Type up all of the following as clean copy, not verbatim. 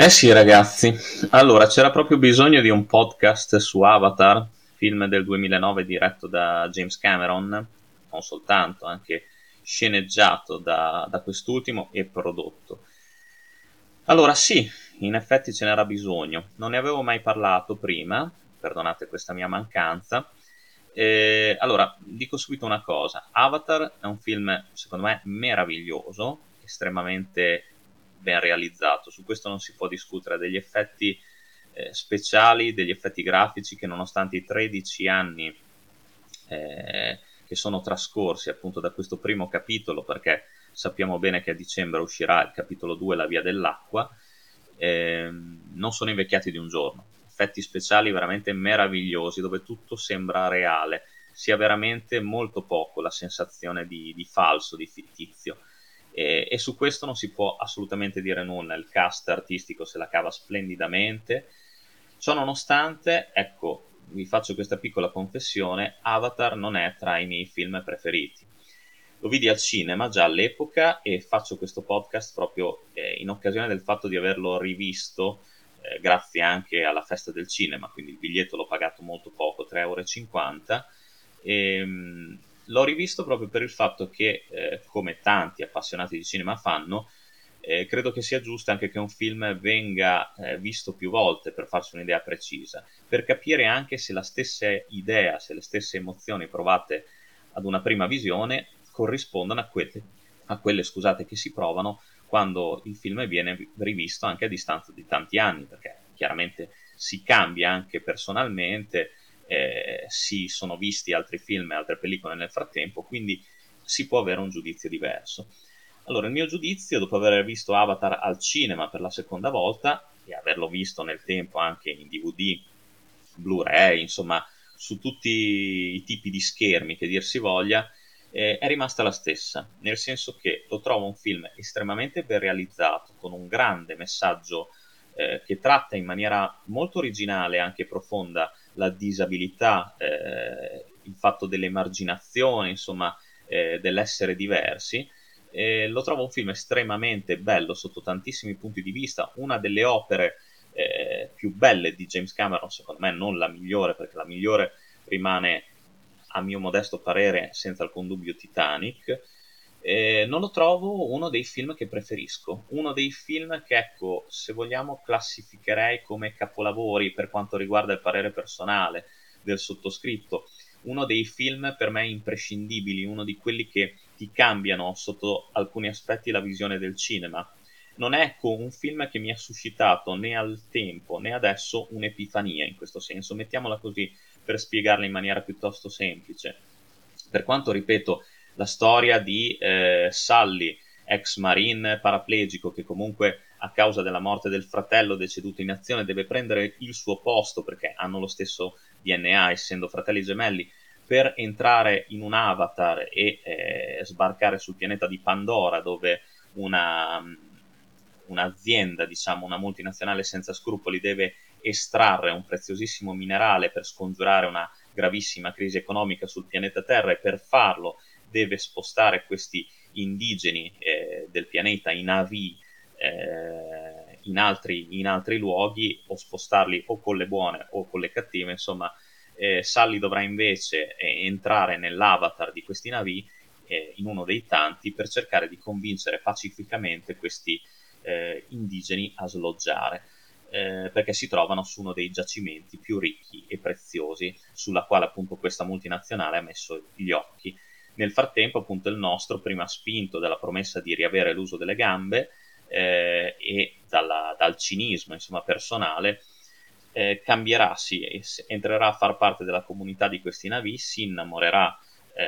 Eh sì, ragazzi. Allora, c'era proprio bisogno di un podcast su Avatar, film del 2009 diretto da James Cameron, non soltanto, anche sceneggiato da quest'ultimo e prodotto. Allora, sì, in effetti ce n'era bisogno. Non ne avevo mai parlato prima, perdonate questa mia mancanza. Allora, dico subito una cosa. Avatar è un film, secondo me, meraviglioso, estremamente ben realizzato. Su questo non si può discutere. Degli effetti speciali, degli effetti grafici che nonostante i 13 anni che sono trascorsi appunto da questo primo capitolo, perché sappiamo bene che a dicembre uscirà il capitolo 2, La via dell'acqua, non sono invecchiati di un giorno. Effetti speciali veramente meravigliosi, dove tutto sembra reale, sia veramente molto poco la sensazione di falso, di fittizio. E su questo non si può assolutamente dire nulla. Il cast artistico se la cava splendidamente. Ciò nonostante, ecco, vi faccio questa piccola confessione: Avatar non è tra i miei film preferiti. Lo vidi al cinema già all'epoca e faccio questo podcast proprio in occasione del fatto di averlo rivisto, grazie anche alla festa del cinema, quindi il biglietto l'ho pagato molto poco, 3,50 €, l'ho rivisto proprio per il fatto che, come tanti appassionati di cinema fanno, credo che sia giusto anche che un film venga visto più volte per farsi un'idea precisa, per capire anche se la stessa idea, se le stesse emozioni provate ad una prima visione corrispondono a quelle, scusate, che si provano quando il film viene rivisto anche a distanza di tanti anni, perché chiaramente si cambia anche personalmente, si sono visti altri film e altre pellicole nel frattempo, quindi si può avere un giudizio diverso. Allora, il mio giudizio, dopo aver visto Avatar al cinema per la seconda volta e averlo visto nel tempo anche in DVD, Blu-ray, insomma, su tutti i tipi di schermi che dir si voglia, è rimasta la stessa, nel senso che lo trovo un film estremamente ben realizzato, con un grande messaggio che tratta in maniera molto originale e anche profonda la disabilità, il fatto dell'emarginazione, insomma, dell'essere diversi. Lo trovo un film estremamente bello sotto tantissimi punti di vista, una delle opere più belle di James Cameron, secondo me non la migliore, perché la migliore rimane, a mio modesto parere, senza alcun dubbio Titanic. Non lo trovo uno dei film che preferisco, uno dei film che, ecco, se vogliamo classificherei come capolavori per quanto riguarda il parere personale del sottoscritto, uno dei film per me imprescindibili, uno di quelli che ti cambiano sotto alcuni aspetti la visione del cinema. Non è, ecco, un film che mi ha suscitato né al tempo né adesso un'epifania, in questo senso, mettiamola così per spiegarla in maniera piuttosto semplice. Per quanto, ripeto, la storia di Sully, ex marine paraplegico, che comunque a causa della morte del fratello deceduto in azione deve prendere il suo posto perché hanno lo stesso DNA essendo fratelli gemelli, per entrare in un avatar e sbarcare sul pianeta di Pandora, dove un'azienda, diciamo una multinazionale senza scrupoli, deve estrarre un preziosissimo minerale per scongiurare una gravissima crisi economica sul pianeta Terra, e per farlo deve spostare questi indigeni del pianeta in navi in altri luoghi, o spostarli o con le buone o con le cattive, insomma. Sully dovrà invece entrare nell'avatar di questi navi, in uno dei tanti, per cercare di convincere pacificamente questi indigeni a sloggiare, perché si trovano su uno dei giacimenti più ricchi e preziosi sulla quale appunto questa multinazionale ha messo gli occhi. Nel frattempo appunto il nostro, prima spinto dalla promessa di riavere l'uso delle gambe e dal cinismo, insomma, personale, cambierà, entrerà a far parte della comunità di questi navi, si innamorerà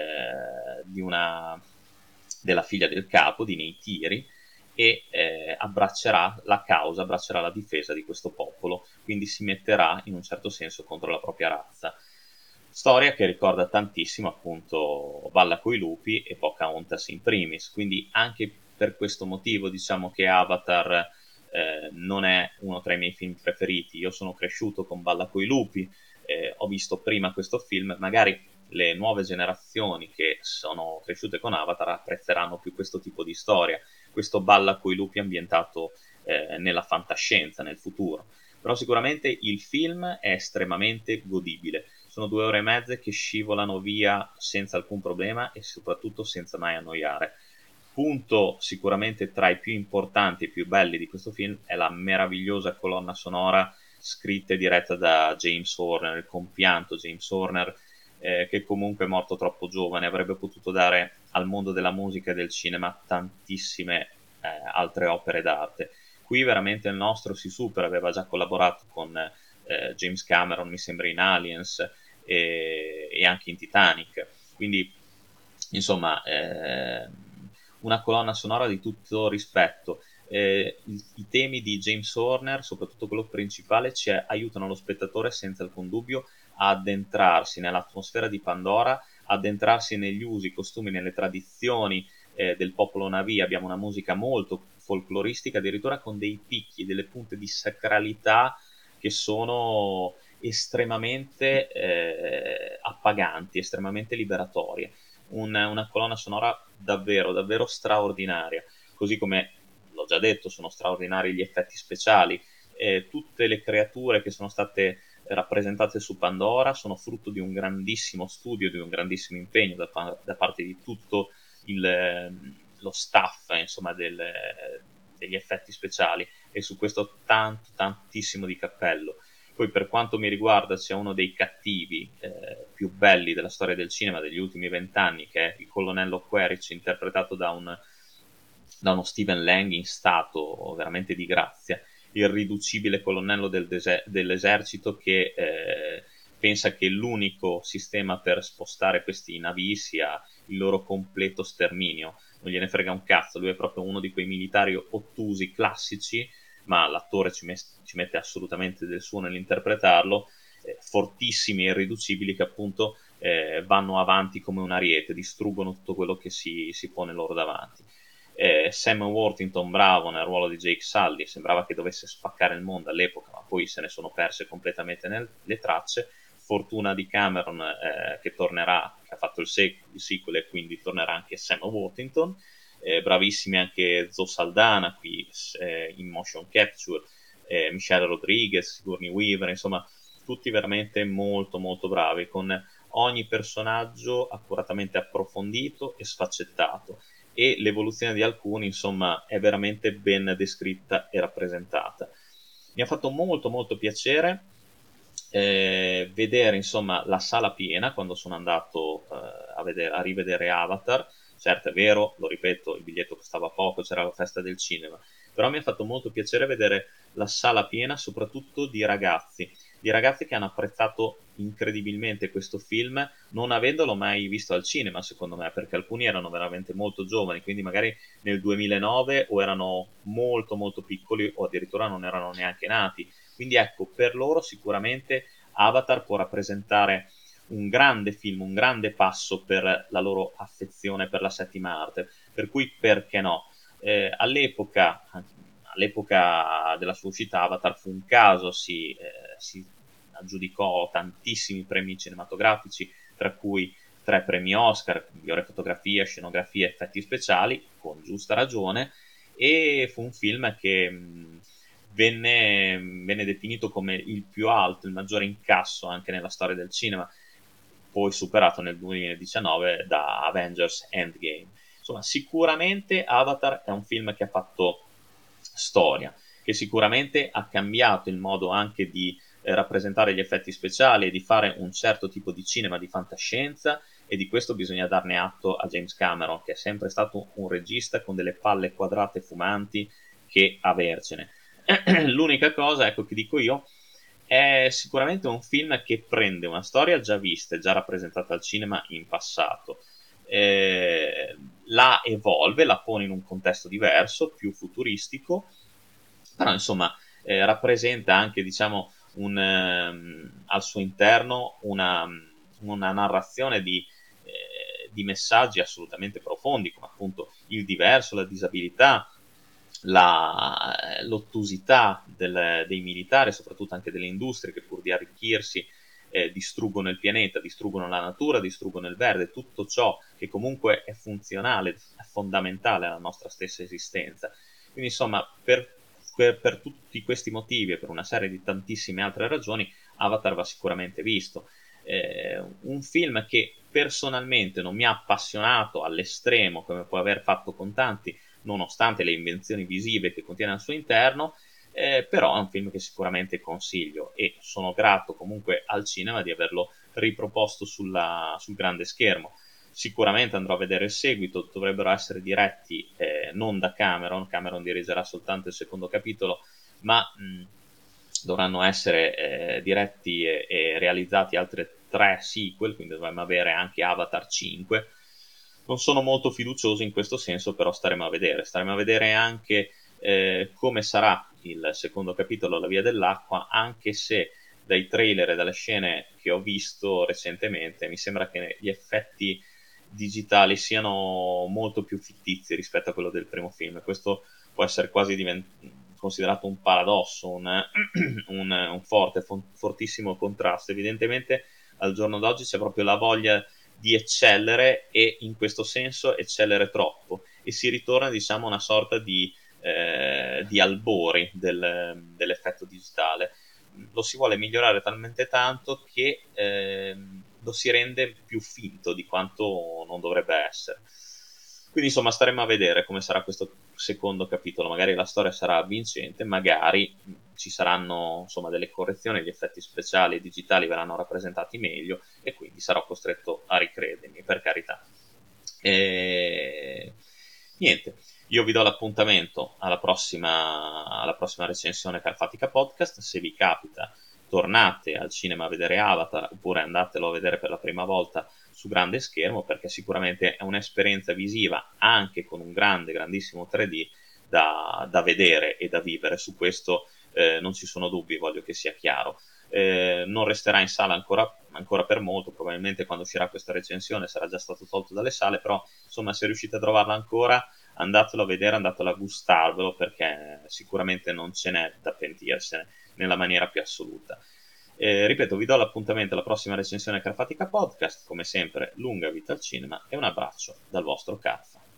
della figlia del capo, di Neytiri, e abbraccerà la difesa di questo popolo, quindi si metterà in un certo senso contro la propria razza. Storia che ricorda tantissimo appunto Balla coi lupi e Pocahontas in primis, quindi anche per questo motivo diciamo che Avatar non è uno tra i miei film preferiti. Io sono cresciuto con Balla coi lupi, ho visto prima questo film, magari le nuove generazioni che sono cresciute con Avatar apprezzeranno più questo tipo di storia, questo Balla coi lupi ambientato nella fantascienza, nel futuro. Però sicuramente il film è estremamente godibile. Sono 2 ore e mezza che scivolano via senza alcun problema e soprattutto senza mai annoiare. Punto sicuramente tra i più importanti e più belli di questo film è la meravigliosa colonna sonora scritta e diretta da James Horner, il compianto James Horner, che comunque è morto troppo giovane, avrebbe potuto dare al mondo della musica e del cinema tantissime altre opere d'arte. Qui veramente il nostro si supera, aveva già collaborato con James Cameron, mi sembra, in Aliens e anche in Titanic, quindi insomma una colonna sonora di tutto rispetto. I temi di James Horner, soprattutto quello principale, ci aiutano lo spettatore senza alcun dubbio a addentrarsi nell'atmosfera di Pandora, addentrarsi negli usi, i costumi, nelle tradizioni del popolo Na'vi. Abbiamo una musica molto folcloristica, addirittura con dei picchi, delle punte di sacralità che sono estremamente appaganti, estremamente liberatorie. Una colonna sonora davvero, davvero straordinaria. Così come l'ho già detto, sono straordinari gli effetti speciali. Tutte le creature che sono state rappresentate su Pandora sono frutto di un grandissimo studio, di un grandissimo impegno da parte di tutto lo staff, insomma, degli effetti speciali, e su questo tantissimo di cappello. Poi, per quanto mi riguarda, c'è uno dei cattivi più belli della storia del cinema degli ultimi 20 anni, che è il colonnello Quaritch, interpretato da uno Stephen Lang in stato veramente di grazia, irriducibile colonnello dell'esercito che pensa che l'unico sistema per spostare questi navi sia il loro completo sterminio. Non gliene frega un cazzo, lui è proprio uno di quei militari ottusi classici, ma l'attore ci mette assolutamente del suo nell'interpretarlo, fortissimi e irriducibili, che appunto vanno avanti come un ariete, distruggono tutto quello che si pone loro davanti. Sam Worthington, bravo nel ruolo di Jake Sully, sembrava che dovesse spaccare il mondo all'epoca, ma poi se ne sono perse completamente le tracce. Fortuna di Cameron che tornerà, che ha fatto il sequel, e quindi tornerà anche Sam Worthington. Bravissimi anche Zoe Saldana qui in motion capture, Michelle Rodriguez, Sigourney Weaver, insomma tutti veramente molto molto bravi, con ogni personaggio accuratamente approfondito e sfaccettato, e l'evoluzione di alcuni insomma è veramente ben descritta e rappresentata. Mi ha fatto molto molto piacere vedere insomma la sala piena quando sono andato a rivedere Avatar. Certo, è vero, lo ripeto, il biglietto costava poco, c'era la festa del cinema, però mi ha fatto molto piacere vedere la sala piena, soprattutto di ragazzi che hanno apprezzato incredibilmente questo film, non avendolo mai visto al cinema, secondo me, perché alcuni erano veramente molto giovani, quindi magari nel 2009 o erano molto molto piccoli o addirittura non erano neanche nati. Quindi ecco, per loro sicuramente Avatar può rappresentare un grande film, un grande passo per la loro affezione per la settima arte, per cui perché no? All'epoca della sua uscita Avatar fu un caso, si aggiudicò tantissimi premi cinematografici, tra cui 3 premi Oscar, migliore fotografia, scenografia e effetti speciali, con giusta ragione, e fu un film che venne definito come il più alto, il maggiore incasso anche nella storia del cinema, poi superato nel 2019 da Avengers Endgame. Insomma, sicuramente Avatar è un film che ha fatto storia, che sicuramente ha cambiato il modo anche di rappresentare gli effetti speciali e di fare un certo tipo di cinema di fantascienza, e di questo bisogna darne atto a James Cameron, che è sempre stato un regista con delle palle quadrate fumanti che avercene. L'unica cosa, ecco, che dico io, è sicuramente un film che prende una storia già vista e già rappresentata al cinema in passato, la evolve, la pone in un contesto diverso, più futuristico, però insomma rappresenta anche, diciamo, al suo interno una narrazione di messaggi assolutamente profondi, come appunto il diverso, la disabilità, l'ottusità dei militari, soprattutto anche delle industrie, che pur di arricchirsi distruggono il pianeta, distruggono la natura, distruggono il verde, tutto ciò che comunque è funzionale, è fondamentale alla nostra stessa esistenza. Quindi insomma, per per tutti questi motivi e per una serie di tantissime altre ragioni, Avatar va sicuramente visto. Un film che personalmente non mi ha appassionato all'estremo come può aver fatto con tanti, nonostante le invenzioni visive che contiene al suo interno, però è un film che sicuramente consiglio e sono grato comunque al cinema di averlo riproposto sul grande schermo. Sicuramente andrò a vedere il seguito, dovrebbero essere diretti non da Cameron dirigerà soltanto il secondo capitolo, ma dovranno essere diretti e realizzati altre 3 sequel, quindi dovremmo avere anche Avatar 5. Non sono molto fiducioso in questo senso, però staremo a vedere anche come sarà il secondo capitolo, La Via dell'Acqua, anche se dai trailer e dalle scene che ho visto recentemente mi sembra che gli effetti digitali siano molto più fittizi rispetto a quello del primo film. Questo può essere quasi considerato un paradosso, un fortissimo contrasto. Evidentemente al giorno d'oggi c'è proprio la voglia di eccellere e in questo senso eccellere troppo e si ritorna diciamo a una sorta di albori dell'effetto digitale. Lo si vuole migliorare talmente tanto che lo si rende più finto di quanto non dovrebbe essere. Quindi insomma staremo a vedere come sarà questo secondo capitolo, magari la storia sarà vincente, magari ci saranno insomma delle correzioni, gli effetti speciali e digitali verranno rappresentati meglio e quindi sarò costretto a ricredermi, per carità. Niente, io vi do l'appuntamento alla prossima recensione Carfatica Podcast. Se vi capita, tornate al cinema a vedere Avatar oppure andatelo a vedere per la prima volta su grande schermo, perché sicuramente è un'esperienza visiva anche con un grandissimo 3D da vedere e da vivere. Su questo non ci sono dubbi, voglio che sia chiaro. Non resterà in sala ancora per molto, probabilmente quando uscirà questa recensione sarà già stato tolto dalle sale, però insomma se riuscite a trovarla ancora andatelo a vedere, andatelo a gustarvelo, perché sicuramente non ce n'è da pentirsene nella maniera più assoluta. Ripeto, vi do l'appuntamento alla prossima recensione Carfatica Podcast, come sempre lunga vita al cinema e un abbraccio dal vostro Carfa.